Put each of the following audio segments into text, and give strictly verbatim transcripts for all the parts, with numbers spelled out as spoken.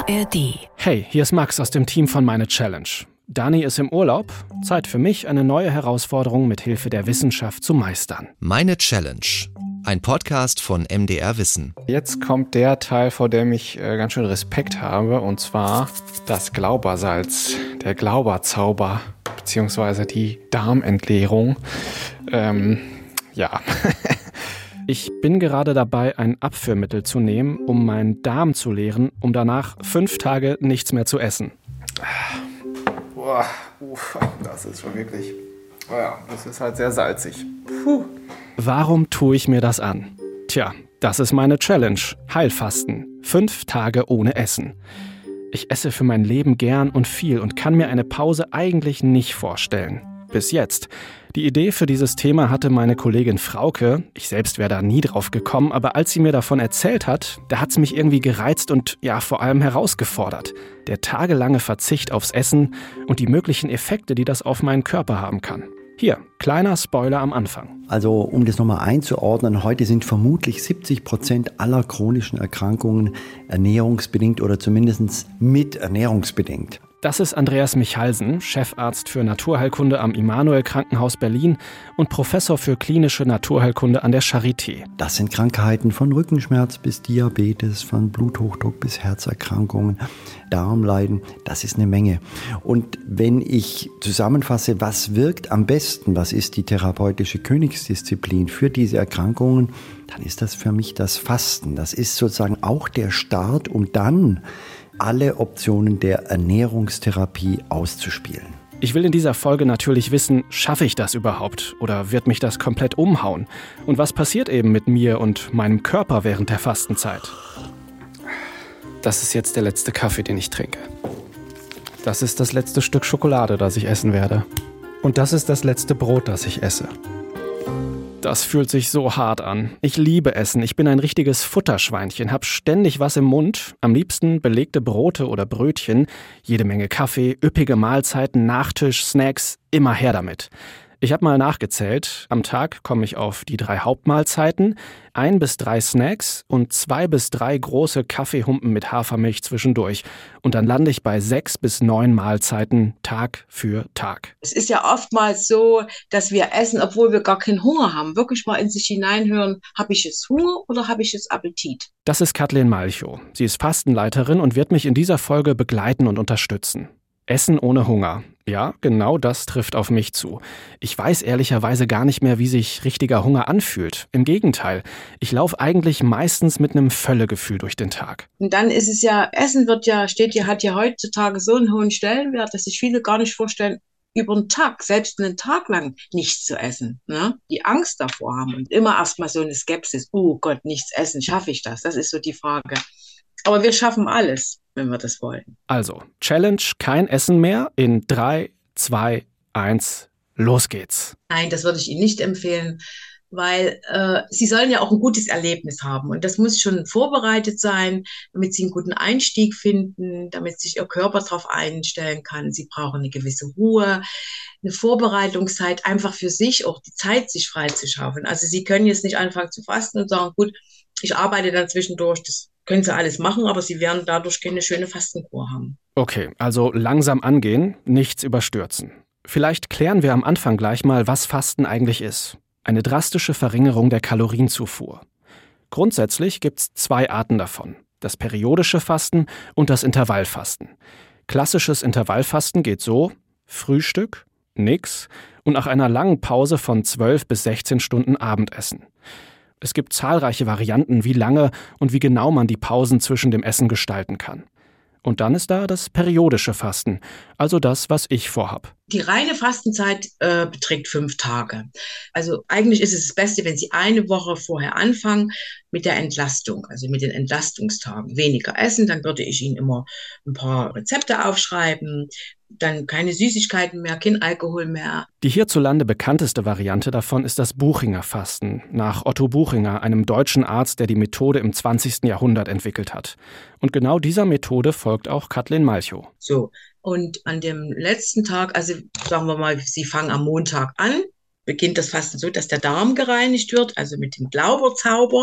A R D. Hey, hier ist Max aus dem Team von Meine Challenge. Dani ist im Urlaub. Zeit für mich, eine neue Herausforderung mit Hilfe der Wissenschaft zu meistern. Meine Challenge. Ein Podcast von M D R Wissen. Jetzt kommt der Teil, vor dem ich äh, ganz schön Respekt habe, und zwar das Glaubersalz, der Glauberzauber, beziehungsweise die Darmentleerung. Ähm, ja. Ich bin gerade dabei, ein Abführmittel zu nehmen, um meinen Darm zu leeren, um danach fünf Tage nichts mehr zu essen. Boah, uff, das ist schon wirklich, oh ja, das ist halt sehr salzig. Puh. Warum tue ich mir das an? Tja, das ist meine Challenge. Heilfasten. Fünf Tage ohne Essen. Ich esse für mein Leben gern und viel und kann mir eine Pause eigentlich nicht vorstellen. Bis jetzt. Die Idee für dieses Thema hatte meine Kollegin Frauke. Ich selbst wäre da nie drauf gekommen, aber als sie mir davon erzählt hat, da hat es mich irgendwie gereizt und ja, vor allem herausgefordert. Der tagelange Verzicht aufs Essen und die möglichen Effekte, die das auf meinen Körper haben kann. Hier, kleiner Spoiler am Anfang. Also um das nochmal einzuordnen, heute sind vermutlich siebzig Prozent aller chronischen Erkrankungen ernährungsbedingt oder zumindest mit ernährungsbedingt. Das ist Andreas Michalsen, Chefarzt für Naturheilkunde am Immanuel-Krankenhaus Berlin und Professor für klinische Naturheilkunde an der Charité. Das sind Krankheiten von Rückenschmerz bis Diabetes, von Bluthochdruck bis Herzerkrankungen, Darmleiden, das ist eine Menge. Und wenn ich zusammenfasse, was wirkt am besten, was ist die therapeutische Königsdisziplin für diese Erkrankungen, dann ist das für mich das Fasten. Das ist sozusagen auch der Start, um dann alle Optionen der Ernährungstherapie auszuspielen. Ich will in dieser Folge natürlich wissen, schaffe ich das überhaupt oder wird mich das komplett umhauen? Und was passiert eben mit mir und meinem Körper während der Fastenzeit? Das ist jetzt der letzte Kaffee, den ich trinke. Das ist das letzte Stück Schokolade, das ich essen werde. Und das ist das letzte Brot, das ich esse. Das fühlt sich so hart an. Ich liebe Essen. Ich bin ein richtiges Futterschweinchen, hab ständig was im Mund. Am liebsten belegte Brote oder Brötchen, jede Menge Kaffee, üppige Mahlzeiten, Nachtisch, Snacks, immer her damit. Ich habe mal nachgezählt. Am Tag komme ich auf die drei Hauptmahlzeiten, ein bis drei Snacks und zwei bis drei große Kaffeehumpen mit Hafermilch zwischendurch. Und dann lande ich bei sechs bis neun Mahlzeiten Tag für Tag. Es ist ja oftmals so, dass wir essen, obwohl wir gar keinen Hunger haben. Wirklich mal in sich hineinhören, habe ich jetzt Hunger oder habe ich jetzt Appetit? Das ist Kathleen Malchow. Sie ist Fastenleiterin und wird mich in dieser Folge begleiten und unterstützen. Essen ohne Hunger. Ja, genau das trifft auf mich zu. Ich weiß ehrlicherweise gar nicht mehr, wie sich richtiger Hunger anfühlt. Im Gegenteil, ich laufe eigentlich meistens mit einem Völlegefühl durch den Tag. Und dann ist es ja, Essen wird ja, steht ja, hat ja heutzutage so einen hohen Stellenwert, dass sich viele gar nicht vorstellen, über einen Tag, selbst einen Tag lang nichts zu essen, ne? Die Angst davor haben und immer erstmal so eine Skepsis. Oh Gott, nichts essen, schaffe ich das? Das ist so die Frage. Aber wir schaffen alles, wenn wir das wollen. Also, Challenge, kein Essen mehr in drei, zwei, eins, los geht's. Nein, das würde ich Ihnen nicht empfehlen, weil äh, Sie sollen ja auch ein gutes Erlebnis haben. Und das muss schon vorbereitet sein, damit Sie einen guten Einstieg finden, damit sich Ihr Körper darauf einstellen kann. Sie brauchen eine gewisse Ruhe, eine Vorbereitungszeit, einfach für sich auch die Zeit, sich freizuschaufeln. Also Sie können jetzt nicht anfangen zu fasten und sagen, gut, ich arbeite dann zwischendurch, das können Sie alles machen, aber Sie werden dadurch keine schöne Fastenkur haben. Okay, also langsam angehen, nichts überstürzen. Vielleicht klären wir am Anfang gleich mal, was Fasten eigentlich ist. Eine drastische Verringerung der Kalorienzufuhr. Grundsätzlich gibt's zwei Arten davon. Das periodische Fasten und das Intervallfasten. Klassisches Intervallfasten geht so: Frühstück, nix und nach einer langen Pause von zwölf bis sechzehn Stunden Abendessen. Es gibt zahlreiche Varianten, wie lange und wie genau man die Pausen zwischen dem Essen gestalten kann. Und dann ist da das periodische Fasten, also das, was ich vorhab. Die reine Fastenzeit äh, beträgt fünf Tage. Also eigentlich ist es das Beste, wenn Sie eine Woche vorher anfangen mit der Entlastung, also mit den Entlastungstagen. Weniger essen, dann würde ich Ihnen immer ein paar Rezepte aufschreiben, dann keine Süßigkeiten mehr, kein Alkohol mehr. Die hierzulande bekannteste Variante davon ist das Buchinger Fasten, nach Otto Buchinger, einem deutschen Arzt, der die Methode im zwanzigsten Jahrhundert entwickelt hat. Und genau dieser Methode folgt auch Kathleen Malchow. So, und an dem letzten Tag, also sagen wir mal, Sie fangen am Montag an, beginnt das Fasten so, dass der Darm gereinigt wird, also mit dem Glauberzauber.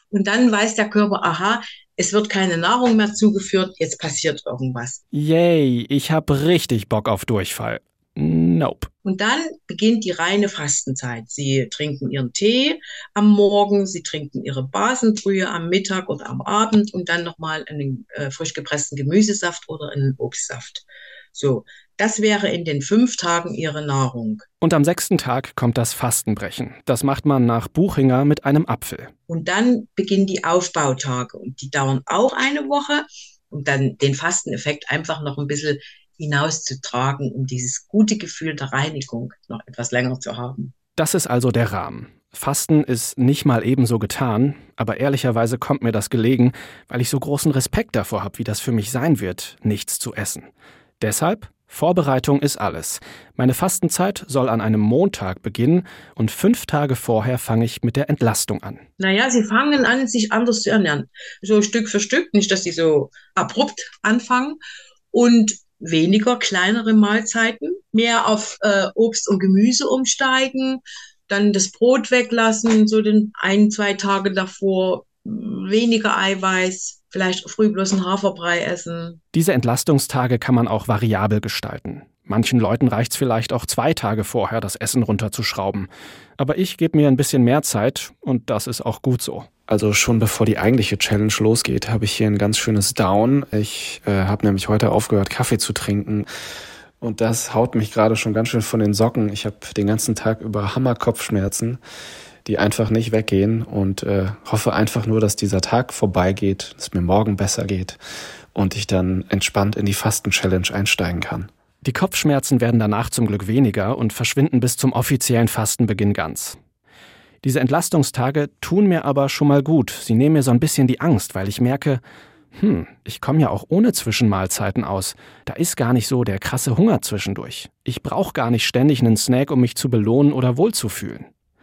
Und dann weiß der Körper, aha, es wird keine Nahrung mehr zugeführt, jetzt passiert irgendwas. Yay, ich habe richtig Bock auf Durchfall. Nope. Und dann beginnt die reine Fastenzeit. Sie trinken ihren Tee am Morgen, sie trinken ihre Basenbrühe am Mittag oder am Abend und dann nochmal einen äh, frisch gepressten Gemüsesaft oder einen Obstsaft. So, das wäre in den fünf Tagen ihre Nahrung. Und am sechsten Tag kommt das Fastenbrechen. Das macht man nach Buchinger mit einem Apfel. Und dann beginnen die Aufbautage und die dauern auch eine Woche, um dann den Fasteneffekt einfach noch ein bisschen hinauszutragen, um dieses gute Gefühl der Reinigung noch etwas länger zu haben. Das ist also der Rahmen. Fasten ist nicht mal ebenso getan, aber ehrlicherweise kommt mir das gelegen, weil ich so großen Respekt davor habe, wie das für mich sein wird, nichts zu essen. Deshalb, Vorbereitung ist alles. Meine Fastenzeit soll an einem Montag beginnen und fünf Tage vorher fange ich mit der Entlastung an. Naja, sie fangen an, sich anders zu ernähren. So Stück für Stück, nicht, dass sie so abrupt anfangen und weniger kleinere Mahlzeiten, mehr auf äh, Obst und Gemüse umsteigen, dann das Brot weglassen, so den ein, zwei Tage davor, weniger Eiweiß, vielleicht früh bloß einen Haferbrei essen. Diese Entlastungstage kann man auch variabel gestalten. Manchen Leuten reicht es vielleicht auch zwei Tage vorher, das Essen runterzuschrauben. Aber ich gebe mir ein bisschen mehr Zeit und das ist auch gut so. Also schon bevor die eigentliche Challenge losgeht, habe ich hier ein ganz schönes Down. Ich äh, habe nämlich heute aufgehört, Kaffee zu trinken. Und das haut mich gerade schon ganz schön von den Socken. Ich habe den ganzen Tag über Hammerkopfschmerzen, die einfach nicht weggehen. Und äh, hoffe einfach nur, dass dieser Tag vorbeigeht, dass es mir morgen besser geht und ich dann entspannt in die Fasten-Challenge einsteigen kann. Die Kopfschmerzen werden danach zum Glück weniger und verschwinden bis zum offiziellen Fastenbeginn ganz. Diese Entlastungstage tun mir aber schon mal gut. Sie nehmen mir so ein bisschen die Angst, weil ich merke, hm, ich komme ja auch ohne Zwischenmahlzeiten aus. Da ist gar nicht so der krasse Hunger zwischendurch. Ich brauche gar nicht ständig einen Snack, um mich zu belohnen oder wohlzufühlen.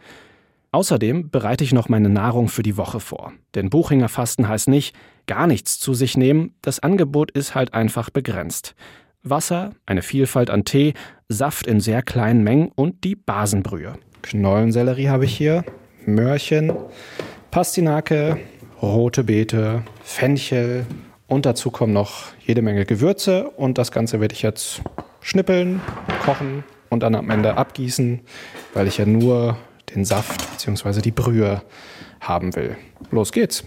Außerdem bereite ich noch meine Nahrung für die Woche vor. Denn Buchinger Fasten heißt nicht, gar nichts zu sich nehmen. Das Angebot ist halt einfach begrenzt. Wasser, eine Vielfalt an Tee, Saft in sehr kleinen Mengen und die Basenbrühe. Knollensellerie habe ich hier, Möhrchen, Pastinake, rote Beete, Fenchel und dazu kommen noch jede Menge Gewürze und das Ganze werde ich jetzt schnippeln, kochen und dann am Ende abgießen, weil ich ja nur den Saft bzw. die Brühe haben will. Los geht's!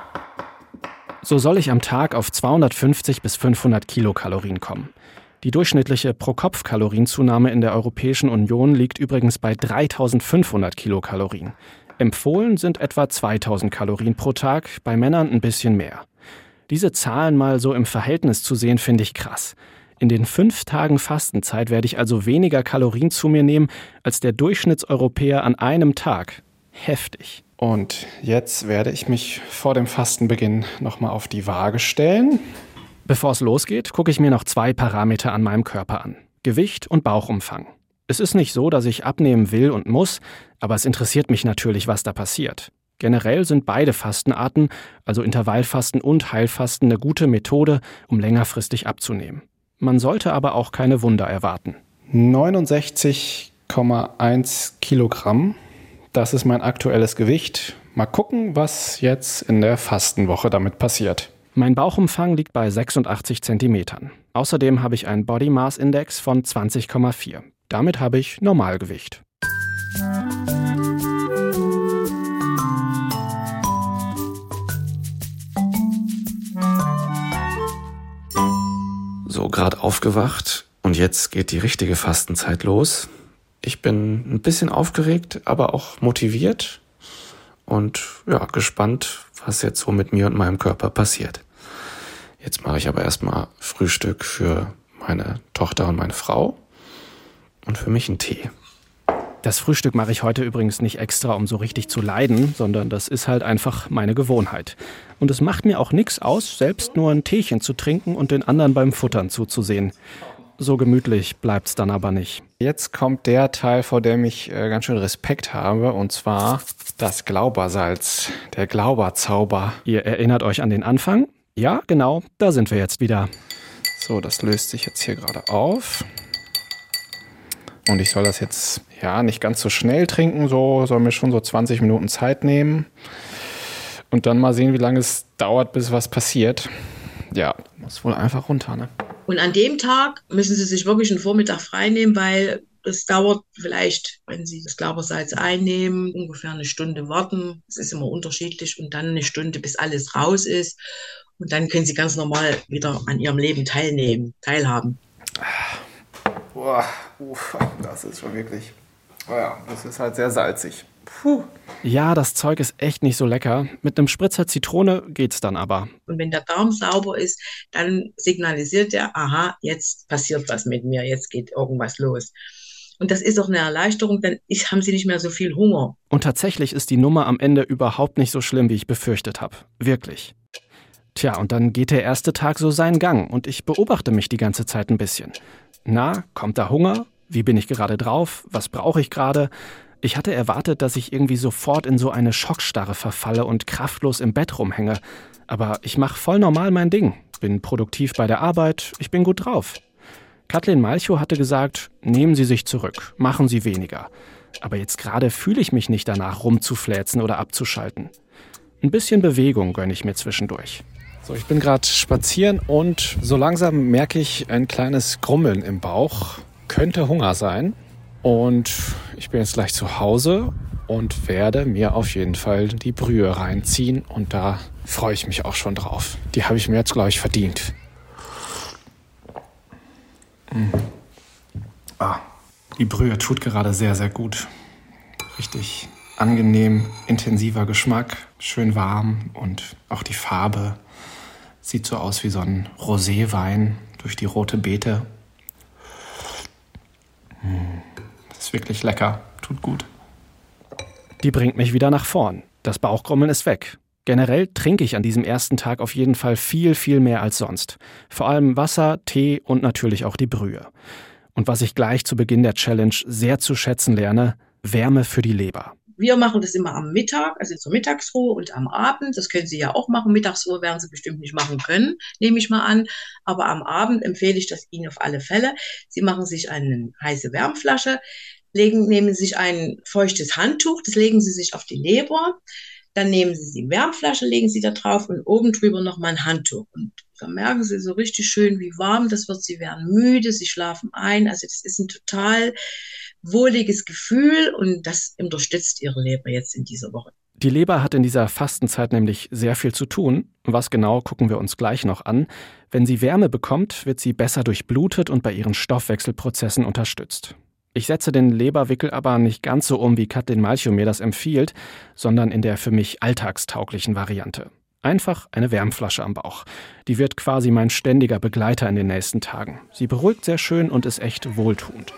So soll ich am Tag auf zweihundertfünfzig bis fünfhundert Kilokalorien kommen. Die durchschnittliche Pro-Kopf-Kalorienzunahme in der Europäischen Union liegt übrigens bei dreitausendfünfhundert Kilokalorien. Empfohlen sind etwa zweitausend Kalorien pro Tag, bei Männern ein bisschen mehr. Diese Zahlen mal so im Verhältnis zu sehen, finde ich krass. In den fünf Tagen Fastenzeit werde ich also weniger Kalorien zu mir nehmen als der Durchschnittseuropäer an einem Tag. Heftig. Und jetzt werde ich mich vor dem Fastenbeginn nochmal auf die Waage stellen. Bevor es losgeht, gucke ich mir noch zwei Parameter an meinem Körper an. Gewicht und Bauchumfang. Es ist nicht so, dass ich abnehmen will und muss, aber es interessiert mich natürlich, was da passiert. Generell sind beide Fastenarten, also Intervallfasten und Heilfasten, eine gute Methode, um längerfristig abzunehmen. Man sollte aber auch keine Wunder erwarten. neunundsechzig Komma eins Kilogramm, das ist mein aktuelles Gewicht. Mal gucken, was jetzt in der Fastenwoche damit passiert. Mein Bauchumfang liegt bei sechsundachtzig Zentimetern. Außerdem habe ich einen Body Mass Index von zwanzig Komma vier. Damit habe ich Normalgewicht. So, gerade aufgewacht und jetzt geht die richtige Fastenzeit los. Ich bin ein bisschen aufgeregt, aber auch motiviert und ja, gespannt, was jetzt so mit mir und meinem Körper passiert. Jetzt mache ich aber erstmal Frühstück für meine Tochter und meine Frau und für mich einen Tee. Das Frühstück mache ich heute übrigens nicht extra, um so richtig zu leiden, sondern das ist halt einfach meine Gewohnheit. Und es macht mir auch nichts aus, selbst nur ein Teechen zu trinken und den anderen beim Futtern zuzusehen. So gemütlich bleibt's dann aber nicht. Jetzt kommt der Teil, vor dem ich äh, ganz schön Respekt habe, und zwar das Glaubersalz, der Glauberzauber. Ihr erinnert euch an den Anfang? Ja, genau, da sind wir jetzt wieder. So, das löst sich jetzt hier gerade auf. Und ich soll das jetzt ja nicht ganz so schnell trinken, so soll mir schon so zwanzig Minuten Zeit nehmen. Und dann mal sehen, wie lange es dauert, bis was passiert. Ja, muss wohl einfach runter, ne? Und an dem Tag müssen Sie sich wirklich einen Vormittag frei nehmen, weil es dauert vielleicht, wenn Sie das Glaubersalz einnehmen, ungefähr eine Stunde warten. Es ist immer unterschiedlich und dann eine Stunde, bis alles raus ist. Und dann können Sie ganz normal wieder an Ihrem Leben teilnehmen, teilhaben. Boah, uff, das ist schon wirklich, oh ja, das ist halt sehr salzig. Puh. Ja, das Zeug ist echt nicht so lecker. Mit einem Spritzer Zitrone geht's dann aber. Und wenn der Darm sauber ist, dann signalisiert er, aha, jetzt passiert was mit mir, jetzt geht irgendwas los. Und das ist auch eine Erleichterung, dann ist, haben Sie nicht mehr so viel Hunger. Und tatsächlich ist die Nummer am Ende überhaupt nicht so schlimm, wie ich befürchtet habe. Wirklich. Tja, und dann geht der erste Tag so seinen Gang und ich beobachte mich die ganze Zeit ein bisschen. Na, kommt da Hunger? Wie bin ich gerade drauf? Was brauche ich gerade? Ich hatte erwartet, dass ich irgendwie sofort in so eine Schockstarre verfalle und kraftlos im Bett rumhänge. Aber ich mache voll normal mein Ding. Bin produktiv bei der Arbeit, ich bin gut drauf. Kathleen Malchow hatte gesagt, nehmen Sie sich zurück, machen Sie weniger. Aber jetzt gerade fühle ich mich nicht danach, rumzufläzen oder abzuschalten. Ein bisschen Bewegung gönne ich mir zwischendurch. So, ich bin gerade spazieren und so langsam merke ich ein kleines Grummeln im Bauch. Könnte Hunger sein. Und ich bin jetzt gleich zu Hause und werde mir auf jeden Fall die Brühe reinziehen. Und da freue ich mich auch schon drauf. Die habe ich mir jetzt, glaube ich, verdient. Mm. Ah, die Brühe tut gerade sehr, sehr gut. Richtig angenehm, intensiver Geschmack, schön warm und auch die Farbe sieht so aus wie so ein Roséwein durch die rote Beete. Mm. Ist wirklich lecker, tut gut. Die bringt mich wieder nach vorn. Das Bauchgrummeln ist weg. Generell trinke ich an diesem ersten Tag auf jeden Fall viel, viel mehr als sonst. Vor allem Wasser, Tee und natürlich auch die Brühe. Und was ich gleich zu Beginn der Challenge sehr zu schätzen lerne, Wärme für die Leber. Wir machen das immer am Mittag, also zur Mittagsruhe und am Abend. Das können Sie ja auch machen. Mittagsruhe werden Sie bestimmt nicht machen können, nehme ich mal an. Aber am Abend empfehle ich das Ihnen auf alle Fälle. Sie machen sich eine heiße Wärmflasche, legen, nehmen Sie sich ein feuchtes Handtuch, das legen Sie sich auf die Leber. Dann nehmen Sie die Wärmflasche, legen Sie da drauf und oben drüber nochmal ein Handtuch. Und dann merken Sie so richtig schön, wie warm das wird. Sie werden müde, Sie schlafen ein. Also das ist ein total wohliges Gefühl und das unterstützt Ihre Leber jetzt in dieser Woche. Die Leber hat in dieser Fastenzeit nämlich sehr viel zu tun. Was genau, gucken wir uns gleich noch an. Wenn sie Wärme bekommt, wird sie besser durchblutet und bei ihren Stoffwechselprozessen unterstützt. Ich setze den Leberwickel aber nicht ganz so um, wie Kathleen Malchow mir das empfiehlt, sondern in der für mich alltagstauglichen Variante. Einfach eine Wärmflasche am Bauch. Die wird quasi mein ständiger Begleiter in den nächsten Tagen. Sie beruhigt sehr schön und ist echt wohltuend.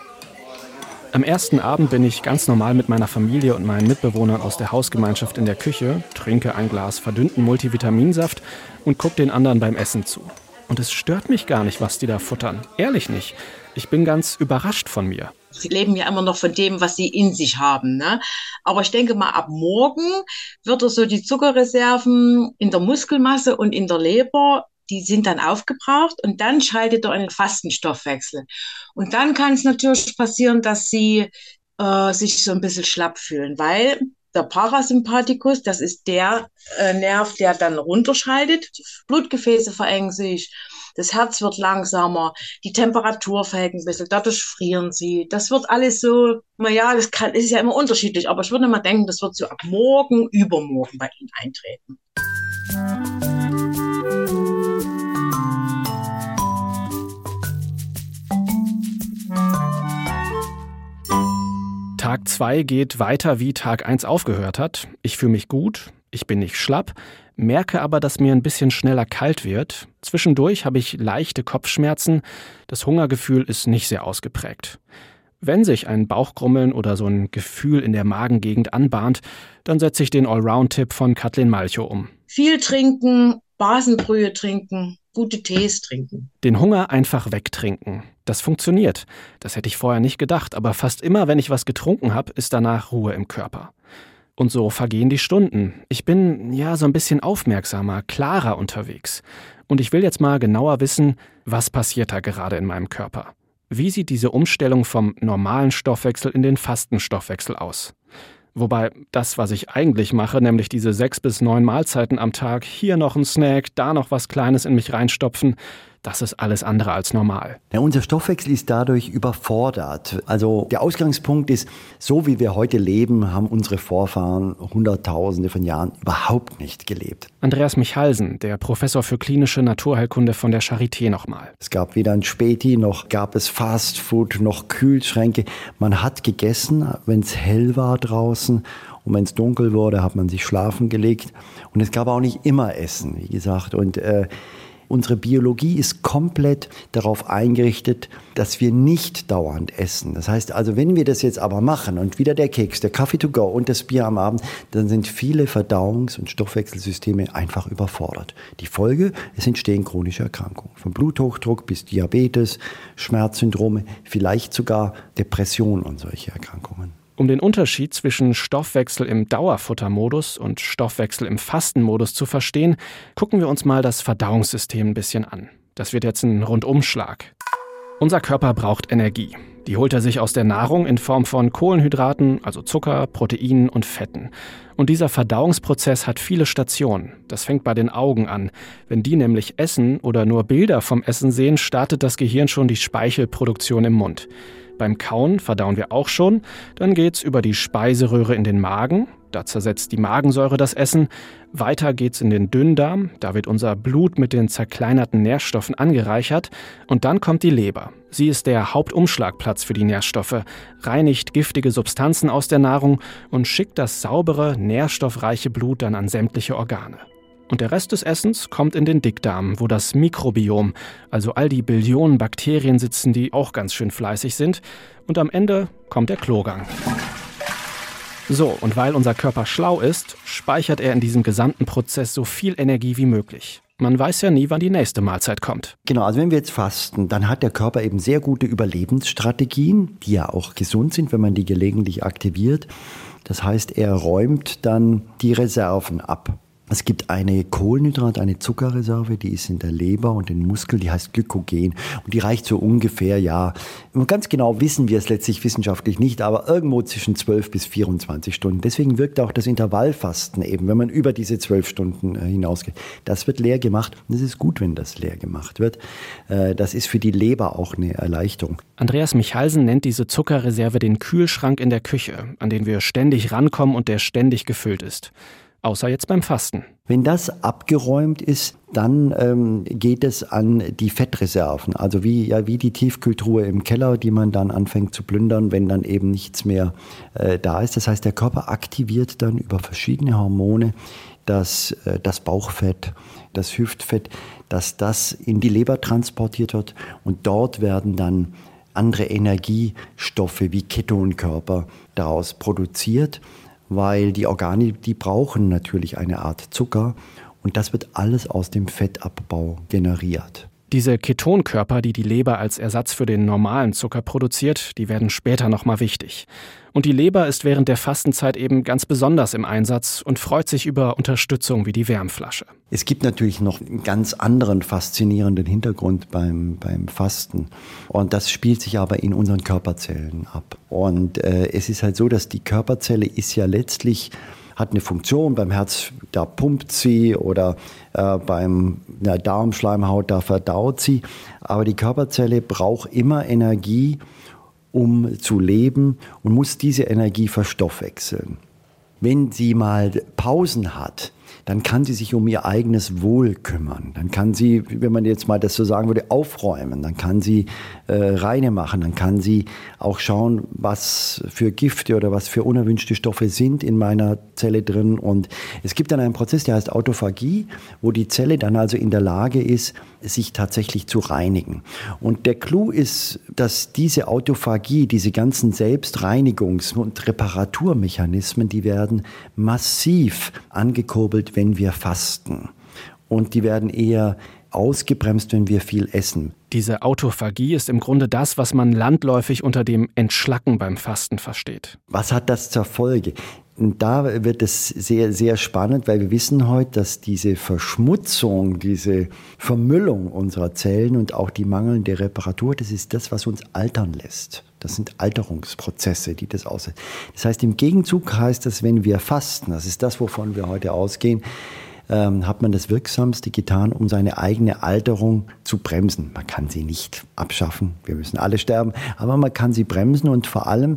Am ersten Abend bin ich ganz normal mit meiner Familie und meinen Mitbewohnern aus der Hausgemeinschaft in der Küche, trinke ein Glas verdünnten Multivitaminsaft und gucke den anderen beim Essen zu. Und es stört mich gar nicht, was die da futtern. Ehrlich nicht. Ich bin ganz überrascht von mir. Sie leben ja immer noch von dem, was sie in sich haben, ne? Aber ich denke mal, ab morgen wird er so die Zuckerreserven in der Muskelmasse und in der Leber, die sind dann aufgebraucht und dann schaltet er einen Fastenstoffwechsel. Und dann kann es natürlich passieren, dass sie äh, sich so ein bisschen schlapp fühlen, weil der Parasympathikus, das ist der äh, Nerv, der dann runterschaltet. Die Blutgefäße verengen sich, das Herz wird langsamer, die Temperatur fällt ein bisschen, dadurch frieren sie. Das wird alles so, naja, das kann, ist ja immer unterschiedlich, aber ich würde mal denken, das wird so ab morgen, übermorgen bei Ihnen eintreten. Tag zwei geht weiter, wie Tag eins aufgehört hat. Ich fühle mich gut, ich bin nicht schlapp, merke aber, dass mir ein bisschen schneller kalt wird. Zwischendurch habe ich leichte Kopfschmerzen, das Hungergefühl ist nicht sehr ausgeprägt. Wenn sich ein Bauchgrummeln oder so ein Gefühl in der Magengegend anbahnt, dann setze ich den Allround-Tipp von Kathleen Malchow um. Viel trinken, Basenbrühe trinken, gute Tees trinken. Den Hunger einfach wegtrinken. Das funktioniert. Das hätte ich vorher nicht gedacht, aber fast immer, wenn ich was getrunken habe, ist danach Ruhe im Körper. Und so vergehen die Stunden. Ich bin ja so ein bisschen aufmerksamer, klarer unterwegs. Und ich will jetzt mal genauer wissen, was passiert da gerade in meinem Körper? Wie sieht diese Umstellung vom normalen Stoffwechsel in den Fastenstoffwechsel aus? Wobei das, was ich eigentlich mache, nämlich diese sechs bis neun Mahlzeiten am Tag, hier noch ein Snack, da noch was Kleines in mich reinstopfen, das ist alles andere als normal. Ja, unser Stoffwechsel ist dadurch überfordert. Also der Ausgangspunkt ist, so wie wir heute leben, haben unsere Vorfahren Hunderttausende von Jahren überhaupt nicht gelebt. Andreas Michalsen, der Professor für klinische Naturheilkunde von der Charité nochmal. Es gab weder ein Späti, noch gab es Fastfood, noch Kühlschränke. Man hat gegessen, wenn es hell war draußen. Und wenn es dunkel wurde, hat man sich schlafen gelegt. Und es gab auch nicht immer Essen, wie gesagt. Und äh, unsere Biologie ist komplett darauf eingerichtet, dass wir nicht dauernd essen. Das heißt also, wenn wir das jetzt aber machen und wieder der Keks, der Kaffee to go und das Bier am Abend, dann sind viele Verdauungs- und Stoffwechselsysteme einfach überfordert. Die Folge, es entstehen chronische Erkrankungen. Von Bluthochdruck bis Diabetes, Schmerzsyndrome, vielleicht sogar Depressionen und solche Erkrankungen. Um den Unterschied zwischen Stoffwechsel im Dauerfuttermodus und Stoffwechsel im Fastenmodus zu verstehen, gucken wir uns mal das Verdauungssystem ein bisschen an. Das wird jetzt ein Rundumschlag. Unser Körper braucht Energie. Die holt er sich aus der Nahrung in Form von Kohlenhydraten, also Zucker, Proteinen und Fetten. Und dieser Verdauungsprozess hat viele Stationen. Das fängt bei den Augen an. Wenn die nämlich essen oder nur Bilder vom Essen sehen, startet das Gehirn schon die Speichelproduktion im Mund. Beim Kauen verdauen wir auch schon, dann geht's über die Speiseröhre in den Magen, da zersetzt die Magensäure das Essen, weiter geht's in den Dünndarm, da wird unser Blut mit den zerkleinerten Nährstoffen angereichert und dann kommt die Leber. Sie ist der Hauptumschlagplatz für die Nährstoffe, reinigt giftige Substanzen aus der Nahrung und schickt das saubere, nährstoffreiche Blut dann an sämtliche Organe. Und der Rest des Essens kommt in den Dickdarm, wo das Mikrobiom, also all die Billionen Bakterien sitzen, die auch ganz schön fleißig sind. Und am Ende kommt der Klogang. So, und weil unser Körper schlau ist, speichert er in diesem gesamten Prozess so viel Energie wie möglich. Man weiß ja nie, wann die nächste Mahlzeit kommt. Genau, also wenn wir jetzt fasten, dann hat der Körper eben sehr gute Überlebensstrategien, die ja auch gesund sind, wenn man die gelegentlich aktiviert. Das heißt, er räumt dann die Reserven ab. Es gibt eine Kohlenhydrat-, eine Zuckerreserve, die ist in der Leber und den Muskeln, die heißt Glykogen. Und die reicht so ungefähr, ja, ganz genau wissen wir es letztlich wissenschaftlich nicht, aber irgendwo zwischen zwölf bis vierundzwanzig Stunden. Deswegen wirkt auch das Intervallfasten eben, wenn man über diese zwölf Stunden hinausgeht. Das wird leer gemacht und es ist gut, wenn das leer gemacht wird. Das ist für die Leber auch eine Erleichterung. Andreas Michalsen nennt diese Zuckerreserve den Kühlschrank in der Küche, an den wir ständig rankommen und der ständig gefüllt ist. Außer jetzt beim Fasten. Wenn das abgeräumt ist, dann ähm, geht es an die Fettreserven. Also wie, ja, wie die Tiefkühltruhe im Keller, die man dann anfängt zu plündern, wenn dann eben nichts mehr äh, da ist. Das heißt, der Körper aktiviert dann über verschiedene Hormone das, äh, das Bauchfett, das Hüftfett, dass das in die Leber transportiert wird. Und dort werden dann andere Energiestoffe wie Ketonkörper daraus produziert. Weil die Organe, die brauchen natürlich eine Art Zucker und das wird alles aus dem Fettabbau generiert. Diese Ketonkörper, die die Leber als Ersatz für den normalen Zucker produziert, die werden später nochmal wichtig. Und die Leber ist während der Fastenzeit eben ganz besonders im Einsatz und freut sich über Unterstützung wie die Wärmflasche. Es gibt natürlich noch einen ganz anderen faszinierenden Hintergrund beim, beim Fasten. Und das spielt sich aber in unseren Körperzellen ab. Und äh, es ist halt so, dass die Körperzelle ist ja letztlich, hat eine Funktion, beim Herz, da pumpt sie oder äh, beim der Darmschleimhaut, da verdaut sie. Aber die Körperzelle braucht immer Energie, um zu leben und muss diese Energie verstoffwechseln. Wenn sie mal Pausen hat, dann kann sie sich um ihr eigenes Wohl kümmern. Dann kann sie, wenn man jetzt mal das so sagen würde, aufräumen. Dann kann sie äh, reine machen. Dann kann sie auch schauen, was für Gifte oder was für unerwünschte Stoffe sind in meiner Zelle drin. Und es gibt dann einen Prozess, der heißt Autophagie, wo die Zelle dann also in der Lage ist, sich tatsächlich zu reinigen. Und der Clou ist, dass diese Autophagie, diese ganzen Selbstreinigungs- und Reparaturmechanismen, die werden massiv angekurbelt, wenn wir fasten. Und die werden eher ausgebremst, wenn wir viel essen. Diese Autophagie ist im Grunde das, was man landläufig unter dem Entschlacken beim Fasten versteht. Was hat das zur Folge? Und da wird es sehr, sehr spannend, weil wir wissen heute, dass diese Verschmutzung, diese Vermüllung unserer Zellen und auch die mangelnde Reparatur, das ist das, was uns altern lässt. Das sind Alterungsprozesse, die das aussetzen. Das heißt, im Gegenzug heißt das, wenn wir fasten, das ist das, wovon wir heute ausgehen, ähm, hat man das Wirksamste getan, um seine eigene Alterung zu bremsen. Man kann sie nicht abschaffen, wir müssen alle sterben, aber man kann sie bremsen und vor allem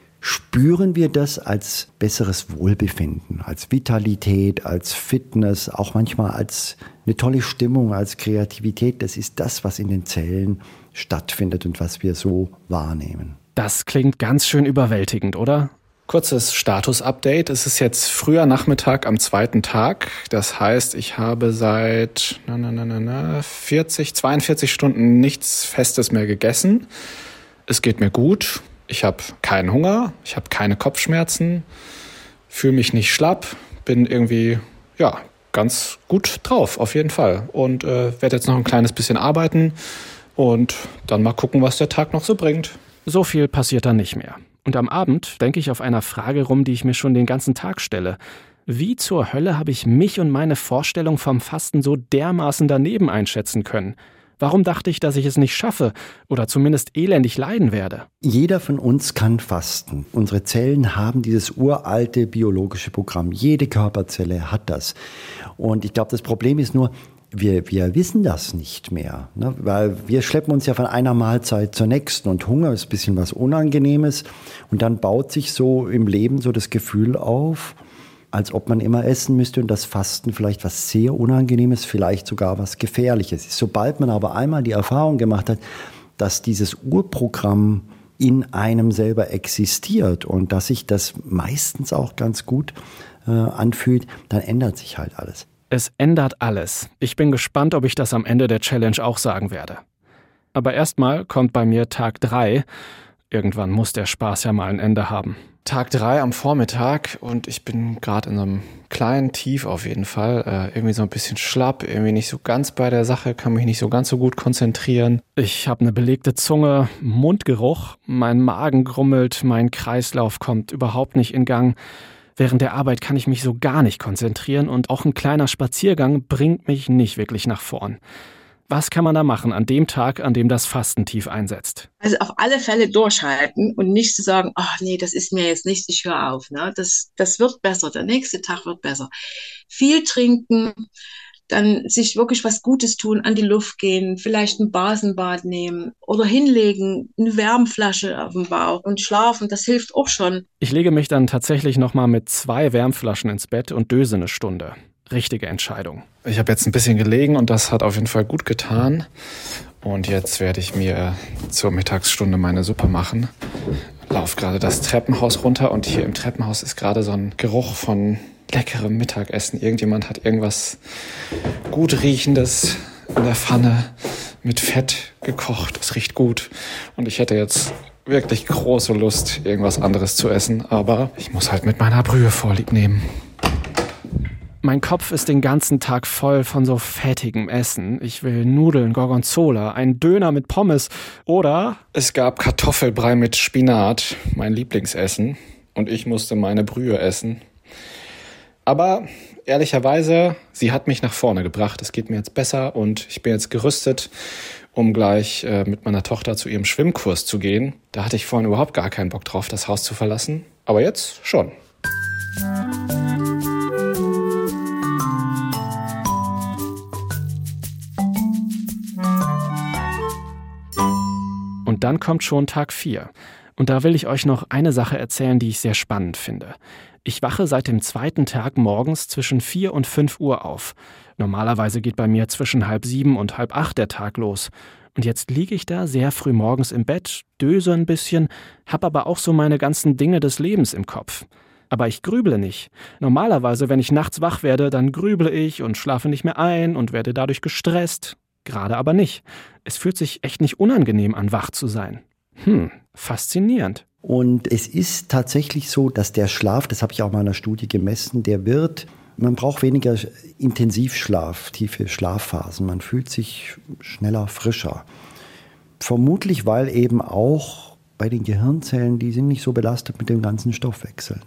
spüren wir das als besseres Wohlbefinden, als Vitalität, als Fitness, auch manchmal als eine tolle Stimmung, als Kreativität. Das ist das, was in den Zellen stattfindet und was wir so wahrnehmen. Das klingt ganz schön überwältigend, oder? Kurzes Status-Update. Es ist jetzt früher Nachmittag am zweiten Tag. Das heißt, ich habe seit na, na, na, na, na, vierzig, zweiundvierzig Stunden nichts Festes mehr gegessen. Es geht mir gut. Ich habe keinen Hunger. Ich habe keine Kopfschmerzen. Fühle mich nicht schlapp. Bin irgendwie, ja, ganz gut drauf, auf jeden Fall. Und äh, werde jetzt noch ein kleines bisschen arbeiten und dann mal gucken, was der Tag noch so bringt. So viel passiert dann nicht mehr. Und am Abend denke ich auf einer Frage rum, die ich mir schon den ganzen Tag stelle. Wie zur Hölle habe ich mich und meine Vorstellung vom Fasten so dermaßen daneben einschätzen können? Warum dachte ich, dass ich es nicht schaffe oder zumindest elendig leiden werde? Jeder von uns kann fasten. Unsere Zellen haben dieses uralte biologische Programm. Jede Körperzelle hat das. Und ich glaube, das Problem ist nur, Wir, wir wissen das nicht mehr, ne? Weil wir schleppen uns ja von einer Mahlzeit zur nächsten und Hunger ist ein bisschen was Unangenehmes und dann baut sich so im Leben so das Gefühl auf, als ob man immer essen müsste und das Fasten vielleicht was sehr Unangenehmes, vielleicht sogar was Gefährliches ist. Sobald man aber einmal die Erfahrung gemacht hat, dass dieses Urprogramm in einem selber existiert und dass sich das meistens auch ganz gut äh, anfühlt, dann ändert sich halt alles. Es ändert alles. Ich bin gespannt, ob ich das am Ende der Challenge auch sagen werde. Aber erstmal kommt bei mir Tag drei. Irgendwann muss der Spaß ja mal ein Ende haben. Tag drei am Vormittag und ich bin gerade in so einem kleinen Tief auf jeden Fall. Äh, irgendwie so ein bisschen schlapp, irgendwie nicht so ganz bei der Sache, kann mich nicht so ganz so gut konzentrieren. Ich habe eine belegte Zunge, Mundgeruch, mein Magen grummelt, mein Kreislauf kommt überhaupt nicht in Gang. Während der Arbeit kann ich mich so gar nicht konzentrieren und auch ein kleiner Spaziergang bringt mich nicht wirklich nach vorn. Was kann man da machen an dem Tag, an dem das Fastentief einsetzt? Also auf alle Fälle durchhalten und nicht zu sagen, ach nee, das ist mir jetzt nichts, ich höre auf. Ne? Das, das wird besser, der nächste Tag wird besser. Viel trinken, dann sich wirklich was Gutes tun, an die Luft gehen, vielleicht ein Basenbad nehmen oder hinlegen, eine Wärmflasche auf den Bauch und schlafen, das hilft auch schon. Ich lege mich dann tatsächlich nochmal mit zwei Wärmflaschen ins Bett und döse eine Stunde. Richtige Entscheidung. Ich habe jetzt ein bisschen gelegen und das hat auf jeden Fall gut getan. Und jetzt werde ich mir zur Mittagsstunde meine Suppe machen. Lauf gerade das Treppenhaus runter und hier im Treppenhaus ist gerade so ein Geruch von leckerem Mittagessen. Irgendjemand hat irgendwas gut riechendes in der Pfanne mit Fett gekocht. Es riecht gut. Und ich hätte jetzt wirklich große Lust, irgendwas anderes zu essen. Aber ich muss halt mit meiner Brühe Vorlieb nehmen. Mein Kopf ist den ganzen Tag voll von so fettigem Essen. Ich will Nudeln, Gorgonzola, einen Döner mit Pommes oder es gab Kartoffelbrei mit Spinat, mein Lieblingsessen. Und ich musste meine Brühe essen. Aber ehrlicherweise, sie hat mich nach vorne gebracht. Es geht mir jetzt besser und ich bin jetzt gerüstet, um gleich äh, mit meiner Tochter zu ihrem Schwimmkurs zu gehen. Da hatte ich vorhin überhaupt gar keinen Bock drauf, das Haus zu verlassen. Aber jetzt schon. Und dann kommt schon Tag vier. Und da will ich euch noch eine Sache erzählen, die ich sehr spannend finde. Ich wache seit dem zweiten Tag morgens zwischen vier und fünf Uhr auf. Normalerweise geht bei mir zwischen halb sieben und halb acht der Tag los. Und jetzt liege ich da sehr früh morgens im Bett, döse ein bisschen, hab aber auch so meine ganzen Dinge des Lebens im Kopf. Aber ich grüble nicht. Normalerweise, wenn ich nachts wach werde, dann grüble ich und schlafe nicht mehr ein und werde dadurch gestresst. Gerade aber nicht. Es fühlt sich echt nicht unangenehm an, wach zu sein. Hm, faszinierend. Und es ist tatsächlich so, dass der Schlaf, das habe ich auch mal in einer Studie gemessen, der wird, man braucht weniger Intensivschlaf, tiefe Schlafphasen. Man fühlt sich schneller, frischer. Vermutlich, weil eben auch bei den Gehirnzellen, die sind nicht so belastet mit dem ganzen Stoffwechsel. Ne?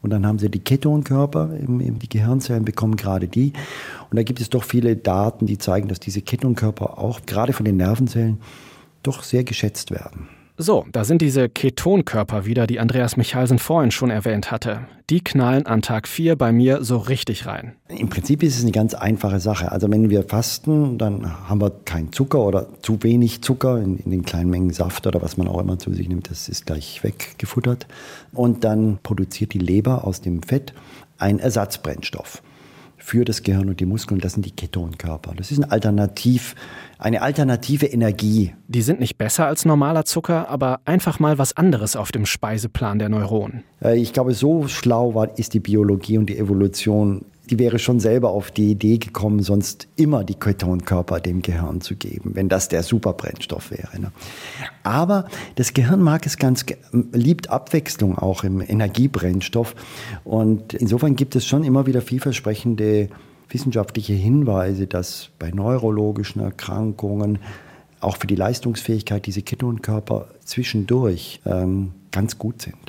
Und dann haben sie die Ketonkörper, die Gehirnzellen bekommen gerade die. Und da gibt es doch viele Daten, die zeigen, dass diese Ketonkörper auch gerade von den Nervenzellen doch sehr geschätzt werden. So, da sind diese Ketonkörper wieder, die Andreas Michalsen vorhin schon erwähnt hatte. Die knallen an Tag vier bei mir so richtig rein. Im Prinzip ist es eine ganz einfache Sache. Also wenn wir fasten, dann haben wir keinen Zucker oder zu wenig Zucker in, in den kleinen Mengen Saft oder was man auch immer zu sich nimmt. Das ist gleich weggefuttert. Und dann produziert die Leber aus dem Fett einen Ersatzbrennstoff für das Gehirn und die Muskeln. Das sind die Ketonkörper. Das ist ein Alternativ, eine alternative Energie. Die sind nicht besser als normaler Zucker, aber einfach mal was anderes auf dem Speiseplan der Neuronen. Ich glaube, so schlau war, ist die Biologie und die Evolution. Die wäre schon selber auf die Idee gekommen, sonst immer die Ketonkörper dem Gehirn zu geben, wenn das der Superbrennstoff wäre. Ne? Aber das Gehirn mag es ganz, liebt Abwechslung auch im Energiebrennstoff. Und insofern gibt es schon immer wieder vielversprechende wissenschaftliche Hinweise, dass bei neurologischen Erkrankungen auch für die Leistungsfähigkeit diese Ketonkörper zwischendurch ähm, ganz gut sind.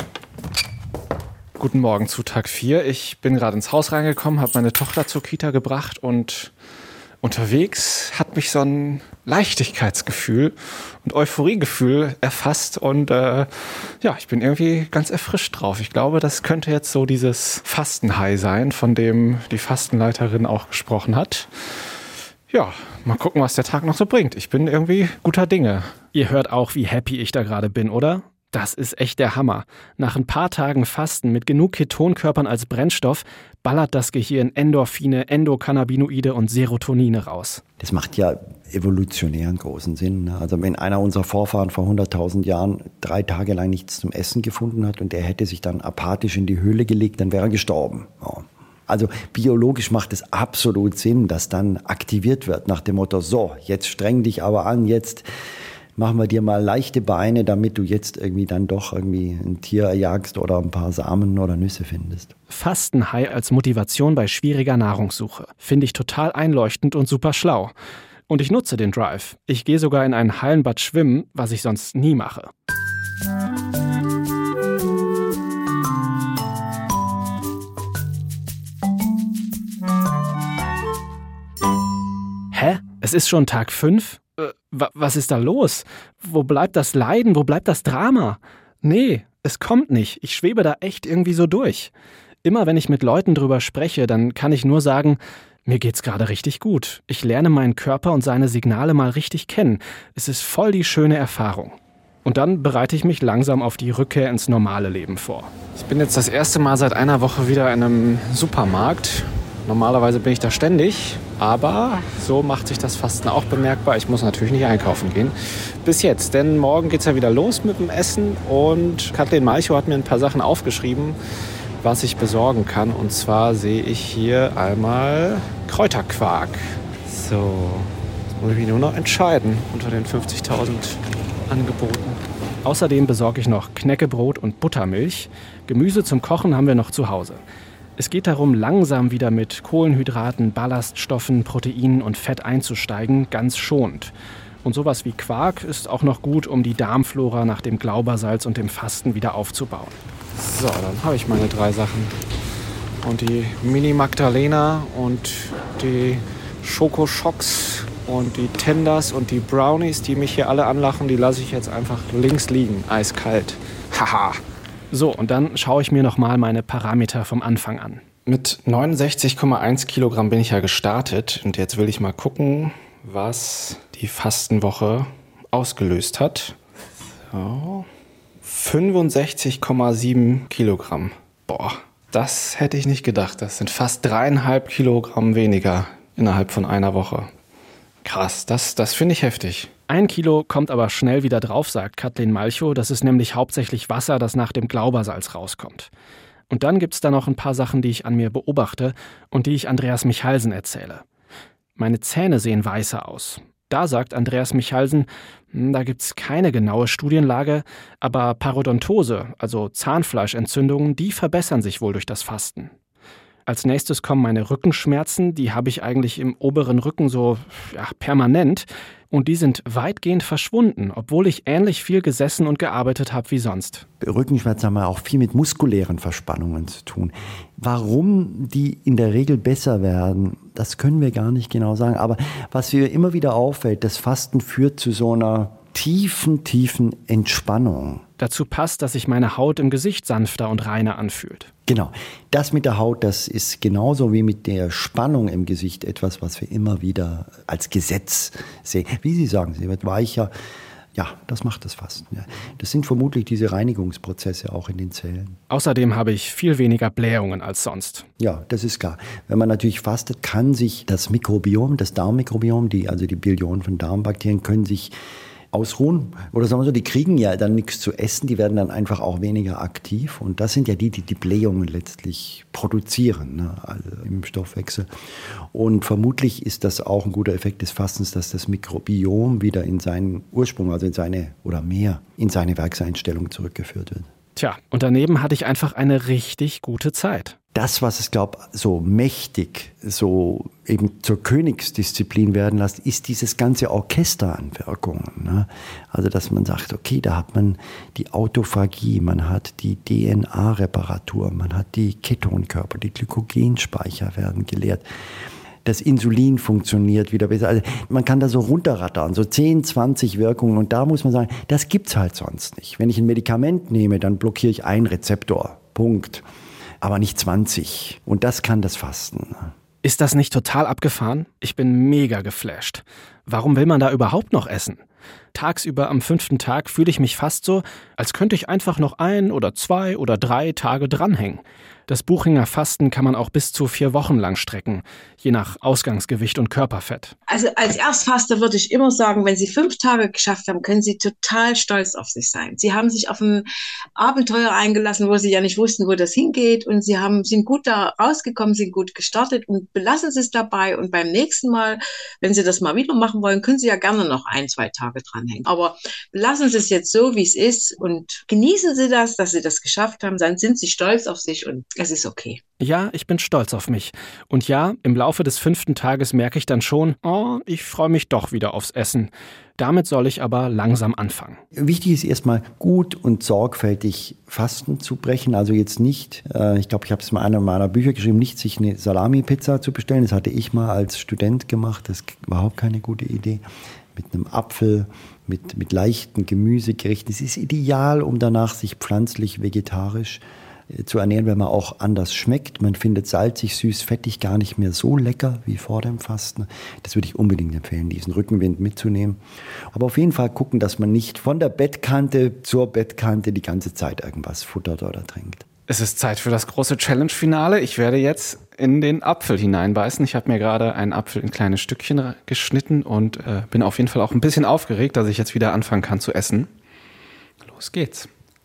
Guten Morgen zu Tag vier. Ich bin gerade ins Haus reingekommen, habe meine Tochter zur Kita gebracht und unterwegs hat mich so ein Leichtigkeitsgefühl und Euphoriegefühl erfasst und äh, ja, ich bin irgendwie ganz erfrischt drauf. Ich glaube, das könnte jetzt so dieses Fastenhigh sein, von dem die Fastenleiterin auch gesprochen hat. Ja, mal gucken, was der Tag noch so bringt. Ich bin irgendwie guter Dinge. Ihr hört auch, wie happy ich da gerade bin, oder? Das ist echt der Hammer. Nach ein paar Tagen Fasten mit genug Ketonkörpern als Brennstoff ballert das Gehirn Endorphine, Endokannabinoide und Serotonine raus. Das macht ja evolutionär einen großen Sinn. Also wenn einer unserer Vorfahren vor hunderttausend Jahren drei Tage lang nichts zum Essen gefunden hat und er hätte sich dann apathisch in die Höhle gelegt, dann wäre er gestorben. Ja. Also biologisch macht es absolut Sinn, dass dann aktiviert wird nach dem Motto, so, jetzt streng dich aber an, jetzt machen wir dir mal leichte Beine, damit du jetzt irgendwie dann doch irgendwie ein Tier erjagst oder ein paar Samen oder Nüsse findest. Fastenhigh als Motivation bei schwieriger Nahrungssuche. Finde ich total einleuchtend und super schlau. Und ich nutze den Drive. Ich gehe sogar in ein Hallenbad schwimmen, was ich sonst nie mache. Hä? Es ist schon Tag fünf? Was ist da los? Wo bleibt das Leiden? Wo bleibt das Drama? Nee, es kommt nicht. Ich schwebe da echt irgendwie so durch. Immer wenn ich mit Leuten drüber spreche, dann kann ich nur sagen, mir geht's gerade richtig gut. Ich lerne meinen Körper und seine Signale mal richtig kennen. Es ist voll die schöne Erfahrung. Und dann bereite ich mich langsam auf die Rückkehr ins normale Leben vor. Ich bin jetzt das erste Mal seit einer Woche wieder in einem Supermarkt. Normalerweise bin ich da ständig, aber so macht sich das Fasten auch bemerkbar. Ich muss natürlich nicht einkaufen gehen. Bis jetzt, denn morgen geht's ja wieder los mit dem Essen und Kathleen Malchow hat mir ein paar Sachen aufgeschrieben, was ich besorgen kann. Und zwar sehe ich hier einmal Kräuterquark. So, jetzt muss ich mich nur noch entscheiden unter den fünfzigtausend Angeboten. Außerdem besorge ich noch Knäckebrot und Buttermilch. Gemüse zum Kochen haben wir noch zu Hause. Es geht darum, langsam wieder mit Kohlenhydraten, Ballaststoffen, Proteinen und Fett einzusteigen, ganz schonend. Und sowas wie Quark ist auch noch gut, um die Darmflora nach dem Glaubersalz und dem Fasten wieder aufzubauen. So, dann habe ich meine drei Sachen. Und die Mini Magdalena und die Schokoschocks und die Tenders und die Brownies, die mich hier alle anlachen, die lasse ich jetzt einfach links liegen, eiskalt. Haha. So, und dann schaue ich mir nochmal meine Parameter vom Anfang an. Mit neunundsechzig Komma eins Kilogramm bin ich ja gestartet und jetzt will ich mal gucken, was die Fastenwoche ausgelöst hat. So. fünfundsechzig Komma sieben Kilogramm. Boah, das hätte ich nicht gedacht. Das sind fast dreieinhalb Kilogramm weniger innerhalb von einer Woche. Krass, das, das finde ich heftig. Ein Kilo kommt aber schnell wieder drauf, sagt Kathleen Malchow. Das ist nämlich hauptsächlich Wasser, das nach dem Glaubersalz rauskommt. Und dann gibt's da noch ein paar Sachen, die ich an mir beobachte und die ich Andreas Michalsen erzähle. Meine Zähne sehen weißer aus. Da sagt Andreas Michalsen, da gibt's keine genaue Studienlage, aber Parodontose, also Zahnfleischentzündungen, die verbessern sich wohl durch das Fasten. Als nächstes kommen meine Rückenschmerzen, die habe ich eigentlich im oberen Rücken so ja, permanent. Und die sind weitgehend verschwunden, obwohl ich ähnlich viel gesessen und gearbeitet habe wie sonst. Rückenschmerzen haben auch viel mit muskulären Verspannungen zu tun. Warum die in der Regel besser werden, das können wir gar nicht genau sagen. Aber was mir immer wieder auffällt, das Fasten führt zu so einer tiefen, tiefen Entspannung. Dazu passt, dass sich meine Haut im Gesicht sanfter und reiner anfühlt. Genau. Das mit der Haut, das ist genauso wie mit der Spannung im Gesicht etwas, was wir immer wieder als Gesetz sehen. Wie Sie sagen, sie wird weicher. Ja, das macht das Fasten. Ja. Das sind vermutlich diese Reinigungsprozesse auch in den Zellen. Außerdem habe ich viel weniger Blähungen als sonst. Ja, das ist klar. Wenn man natürlich fastet, kann sich das Mikrobiom, das Darmmikrobiom, die, also die Billionen von Darmbakterien, können sich ausruhen. Oder sagen wir so, die kriegen ja dann nichts zu essen, die werden dann einfach auch weniger aktiv. Und das sind ja die, die die Blähungen letztlich produzieren, ne, also im Stoffwechsel. Und vermutlich ist das auch ein guter Effekt des Fastens, dass das Mikrobiom wieder in seinen Ursprung, also in seine, oder mehr, in seine Werkseinstellung zurückgeführt wird. Tja, und daneben hatte ich einfach eine richtig gute Zeit. Das, was es, glaube ich, so mächtig, so eben zur Königsdisziplin werden lässt, ist dieses ganze Orchester an Wirkungen. Ne? Also, dass man sagt, okay, da hat man die Autophagie, man hat die D N A-Reparatur, man hat die Ketonkörper, die Glykogenspeicher werden geleert. Das Insulin funktioniert wieder besser. Also man kann da so runterrattern, so zehn, zwanzig Wirkungen. Und da muss man sagen, das gibt's halt sonst nicht. Wenn ich ein Medikament nehme, dann blockiere ich einen Rezeptor. Punkt. Aber nicht zwanzig. Und das kann das Fasten. Ist das nicht total abgefahren? Ich bin mega geflasht. Warum will man da überhaupt noch essen? Tagsüber am fünften Tag fühle ich mich fast so, als könnte ich einfach noch ein oder zwei oder drei Tage dranhängen. Das Buchinger Fasten kann man auch bis zu vier Wochen lang strecken, je nach Ausgangsgewicht und Körperfett. Also als Erstfaster würde ich immer sagen, wenn Sie fünf Tage geschafft haben, können Sie total stolz auf sich sein. Sie haben sich auf ein Abenteuer eingelassen, wo Sie ja nicht wussten, wo das hingeht, und Sie haben, sind gut da rausgekommen, sind gut gestartet, und belassen Sie es dabei, und beim nächsten Mal, wenn Sie das mal wieder machen wollen, können Sie ja gerne noch ein, zwei Tage dranhängen. Aber belassen Sie es jetzt so, wie es ist, und genießen Sie das, dass Sie das geschafft haben, dann sind Sie stolz auf sich und es ist okay. Ja, ich bin stolz auf mich. Und ja, im Laufe des fünften Tages merke ich dann schon, oh, ich freue mich doch wieder aufs Essen. Damit soll ich aber langsam anfangen. Wichtig ist erstmal gut und sorgfältig Fasten zu brechen. Also jetzt nicht, äh, ich glaube, ich habe es mal in einer meiner Bücher geschrieben, nicht sich eine Salami-Pizza zu bestellen. Das hatte ich mal als Student gemacht. Das ist überhaupt keine gute Idee. Mit einem Apfel, mit, mit leichten Gemüsegerichten. Es ist ideal, um danach sich pflanzlich, vegetarisch zu ernähren, wenn man auch anders schmeckt. Man findet salzig, süß, fettig gar nicht mehr so lecker wie vor dem Fasten. Das würde ich unbedingt empfehlen, diesen Rückenwind mitzunehmen. Aber auf jeden Fall gucken, dass man nicht von der Bettkante zur Bettkante die ganze Zeit irgendwas futtert oder trinkt. Es ist Zeit für das große Challenge-Finale. Ich werde jetzt in den Apfel hineinbeißen. Ich habe mir gerade einen Apfel in kleine Stückchen geschnitten und äh, bin auf jeden Fall auch ein bisschen aufgeregt, dass ich jetzt wieder anfangen kann zu essen. Los geht's.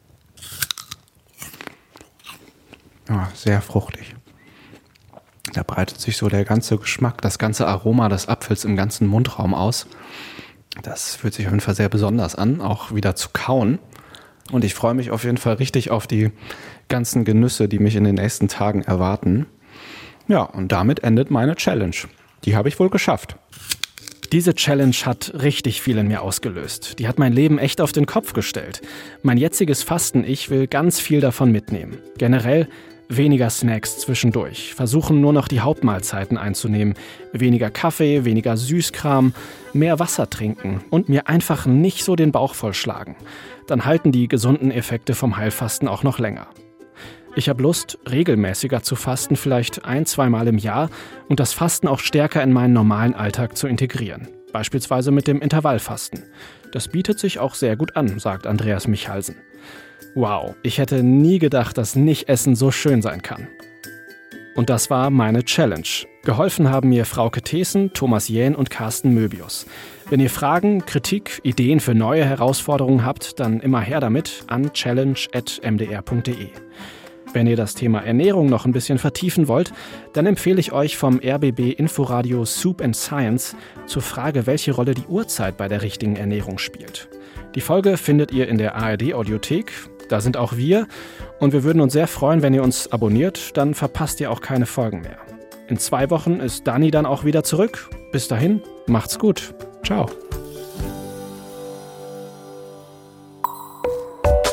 Ja, sehr fruchtig. Da breitet sich so der ganze Geschmack, das ganze Aroma des Apfels im ganzen Mundraum aus. Das fühlt sich auf jeden Fall sehr besonders an, auch wieder zu kauen. Und ich freue mich auf jeden Fall richtig auf die ganzen Genüsse, die mich in den nächsten Tagen erwarten. Ja, und damit endet meine Challenge. Die habe ich wohl geschafft. Diese Challenge hat richtig viel in mir ausgelöst. Die hat mein Leben echt auf den Kopf gestellt. Mein jetziges Fasten-Ich will ganz viel davon mitnehmen. Generell weniger Snacks zwischendurch, versuchen nur noch die Hauptmahlzeiten einzunehmen, weniger Kaffee, weniger Süßkram, mehr Wasser trinken und mir einfach nicht so den Bauch vollschlagen. Dann halten die gesunden Effekte vom Heilfasten auch noch länger. Ich habe Lust, regelmäßiger zu fasten, vielleicht ein-, zweimal im Jahr, und das Fasten auch stärker in meinen normalen Alltag zu integrieren. Beispielsweise mit dem Intervallfasten. Das bietet sich auch sehr gut an, sagt Andreas Michalsen. Wow, ich hätte nie gedacht, dass Nicht-Essen so schön sein kann. Und das war meine Challenge. Geholfen haben mir Frauke Thesen, Thomas Jähn und Carsten Möbius. Wenn ihr Fragen, Kritik, Ideen für neue Herausforderungen habt, dann immer her damit an challenge at m d r punkt d e. Wenn ihr das Thema Ernährung noch ein bisschen vertiefen wollt, dann empfehle ich euch vom R B B Inforadio Soup and Science zur Frage, welche Rolle die Uhrzeit bei der richtigen Ernährung spielt. Die Folge findet ihr in der A R D-Audiothek. Da sind auch wir, und wir würden uns sehr freuen, wenn ihr uns abonniert, dann verpasst ihr auch keine Folgen mehr. In zwei Wochen ist Dani dann auch wieder zurück. Bis dahin, macht's gut. Ciao.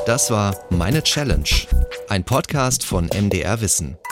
Das war Meine Challenge, ein Podcast von M D R Wissen.